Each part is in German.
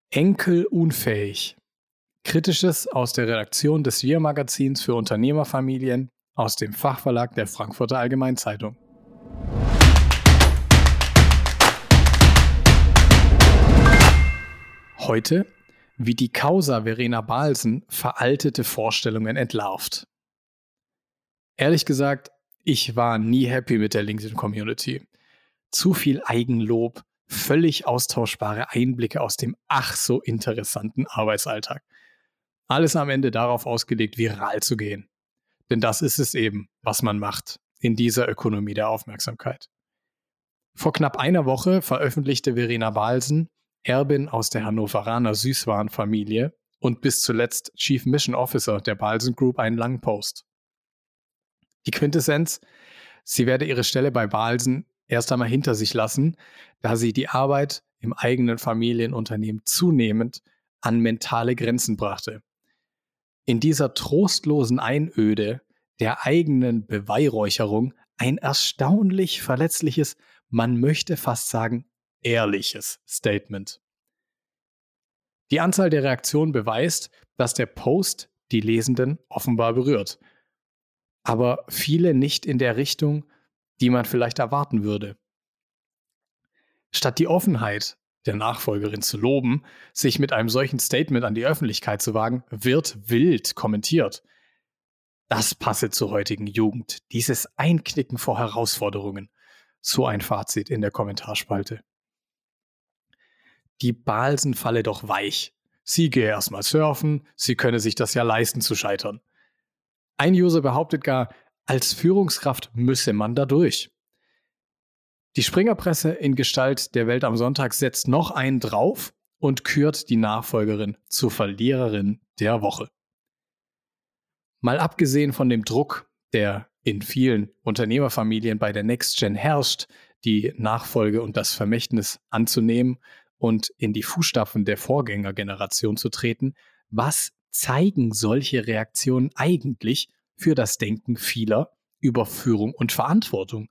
Enkelunfähig. Kritisches aus der Redaktion des Wir-Magazins für Unternehmerfamilien aus dem Fachverlag der Frankfurter Allgemeinzeitung. Heute, wie die Causa Verena Balsen veraltete Vorstellungen entlarvt. Ehrlich gesagt, ich war nie happy mit der LinkedIn-Community. Zu viel Eigenlob, völlig austauschbare Einblicke aus dem ach so interessanten Arbeitsalltag. Alles am Ende darauf ausgelegt, viral zu gehen. Denn das ist es eben, was man macht in dieser Ökonomie der Aufmerksamkeit. Vor knapp einer Woche veröffentlichte Verena Balsen, Erbin aus der Hannoveraner Süßwarenfamilie und bis zuletzt Chief Mission Officer der Balsen Group, einen langen Post. Die Quintessenz: Sie werde ihre Stelle bei Balsen erst einmal hinter sich lassen, da sie die Arbeit im eigenen Familienunternehmen zunehmend an mentale Grenzen brachte. In dieser trostlosen Einöde der eigenen Beweihräucherung ein erstaunlich verletzliches, man möchte fast sagen, ehrliches Statement. Die Anzahl der Reaktionen beweist, dass der Post die Lesenden offenbar berührt. Aber viele nicht in der Richtung, die man vielleicht erwarten würde. Statt die Offenheit der Nachfolgerin zu loben, sich mit einem solchen Statement an die Öffentlichkeit zu wagen, wird wild kommentiert. Das passe zur heutigen Jugend, dieses Einknicken vor Herausforderungen. So ein Fazit in der Kommentarspalte. Die Balsen falle doch weich. Sie gehe erstmal surfen, sie könne sich das ja leisten zu scheitern. Ein User behauptet gar, als Führungskraft müsse man da durch. Die Springerpresse in Gestalt der Welt am Sonntag setzt noch einen drauf und kürt die Nachfolgerin zur Verliererin der Woche. Mal abgesehen von dem Druck, der in vielen Unternehmerfamilien bei der Next Gen herrscht, die Nachfolge und das Vermächtnis anzunehmen und in die Fußstapfen der Vorgängergeneration zu treten, was zeigen solche Reaktionen eigentlich für das Denken vieler über Führung und Verantwortung?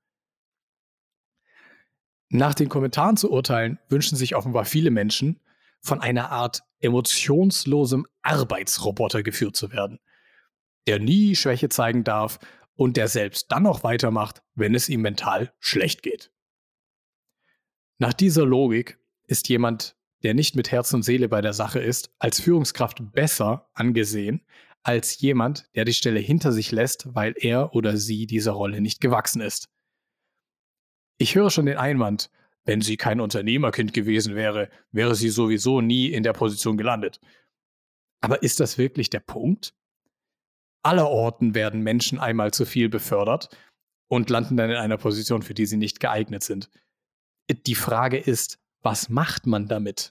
Nach den Kommentaren zu urteilen, wünschen sich offenbar viele Menschen, von einer Art emotionslosem Arbeitsroboter geführt zu werden, der nie Schwäche zeigen darf und der selbst dann noch weitermacht, wenn es ihm mental schlecht geht. Nach dieser Logik ist jemand, der nicht mit Herz und Seele bei der Sache ist, als Führungskraft besser angesehen als jemand, der die Stelle hinter sich lässt, weil er oder sie dieser Rolle nicht gewachsen ist. Ich höre schon den Einwand, wenn sie kein Unternehmerkind gewesen wäre, wäre sie sowieso nie in der Position gelandet. Aber ist das wirklich der Punkt? Allerorten werden Menschen einmal zu viel befördert und landen dann in einer Position, für die sie nicht geeignet sind. Die Frage ist, was macht man damit?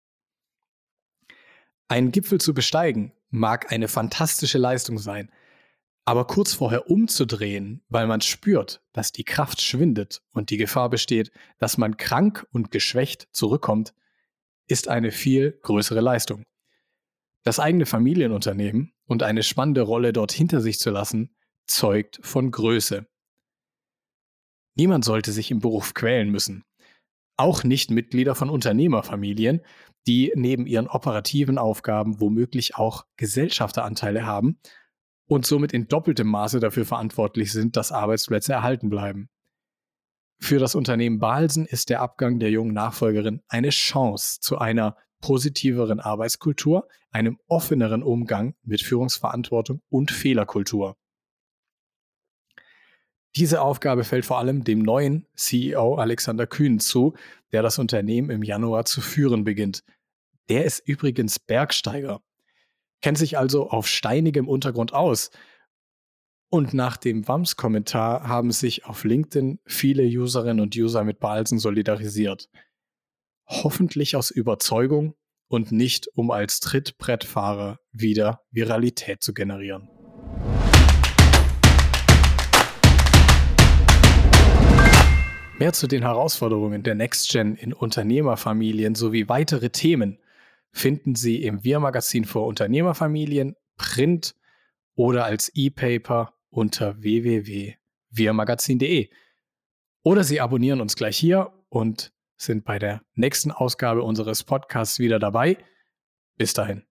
Einen Gipfel zu besteigen mag eine fantastische Leistung sein, aber kurz vorher umzudrehen, weil man spürt, dass die Kraft schwindet und die Gefahr besteht, dass man krank und geschwächt zurückkommt, ist eine viel größere Leistung. Das eigene Familienunternehmen und eine spannende Rolle dort hinter sich zu lassen, zeugt von Größe. Niemand sollte sich im Beruf quälen müssen. Auch nicht Mitglieder von Unternehmerfamilien, die neben ihren operativen Aufgaben womöglich auch Gesellschafteranteile haben und somit in doppeltem Maße dafür verantwortlich sind, dass Arbeitsplätze erhalten bleiben. Für das Unternehmen Balsen ist der Abgang der jungen Nachfolgerin eine Chance zu einer positiveren Arbeitskultur, einem offeneren Umgang mit Führungsverantwortung und Fehlerkultur. Diese Aufgabe fällt vor allem dem neuen CEO Alexander Kühn zu, der das Unternehmen im Januar zu führen beginnt. Der ist übrigens Bergsteiger, kennt sich also auf steinigem Untergrund aus. Und nach dem WAMS-Kommentar haben sich auf LinkedIn viele Userinnen und User mit Balsen solidarisiert. Hoffentlich aus Überzeugung und nicht, um als Trittbrettfahrer wieder Viralität zu generieren. Mehr zu den Herausforderungen der Next Gen in Unternehmerfamilien sowie weitere Themen finden Sie im Wir-Magazin für Unternehmerfamilien, Print oder als E-Paper unter www.wirmagazin.de. Oder Sie abonnieren uns gleich hier und sind bei der nächsten Ausgabe unseres Podcasts wieder dabei. Bis dahin.